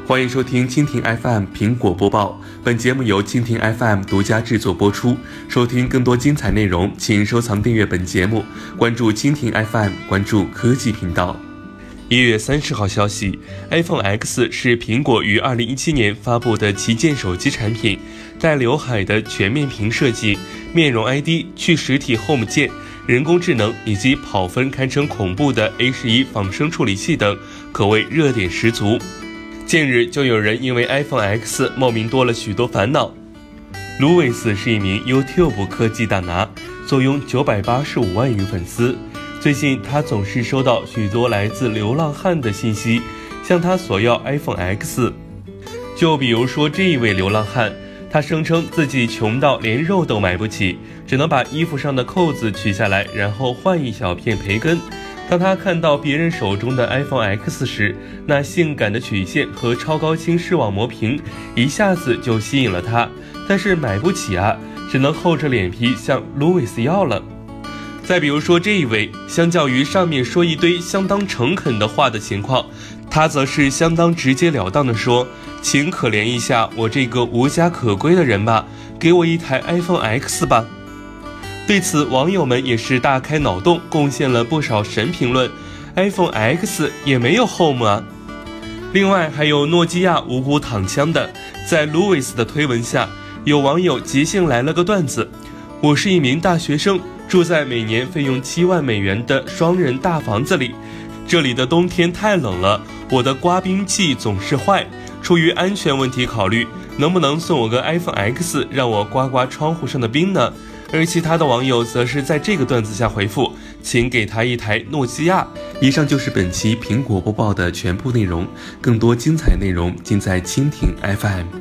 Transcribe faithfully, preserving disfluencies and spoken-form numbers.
欢迎收听蜻蜓 F M 苹果播报，本节目由蜻蜓 F M 独家制作播出。收听更多精彩内容，请收藏订阅本节目，关注蜻蜓 F M， 关注科技频道。一月三十号消息 ，iPhone X 是苹果于二零一七年发布的旗舰手机产品，带刘海的全面屏设计、面容 I D、去实体 Home 键、人工智能以及跑分堪称恐怖的 A 十一 仿生处理器等，可谓热点十足。近日就有人因为 iPhone X 莫名多了许多烦恼。Louis 是一名 YouTube 科技大拿，坐拥九百八十五万余粉丝。最近他总是收到许多来自流浪汉的信息，向他索要 iPhone X。就比如说这一位流浪汉，他声称自己穷到连肉都买不起，只能把衣服上的扣子取下来，然后换一小片培根。当他看到别人手中的 iPhone X 时，那性感的曲线和超高清视网膜屏一下子就吸引了他，但是买不起啊，只能厚着脸皮向 Louis 要了。再比如说这一位，相较于上面说一堆相当诚恳的话的情况，他则是相当直截了当的说，请可怜一下我这个无家可归的人吧，给我一台 iPhone X 吧。对此，网友们也是大开脑洞，贡献了不少神评论。iPhone X 也没有 Home 啊。另外还有诺基亚无辜躺枪的，在 Louis 的推文下，有网友即兴来了个段子：我是一名大学生，住在每年费用七万美元的双人大房子里，这里的冬天太冷了，我的刮冰器总是坏，出于安全问题考虑，能不能送我个 iPhone X 让我刮刮窗户上的冰呢？而其他的网友则是在这个段子下回复，请给他一台诺基亚。以上就是本期苹果播报的全部内容，更多精彩内容尽在蜻蜓 F M。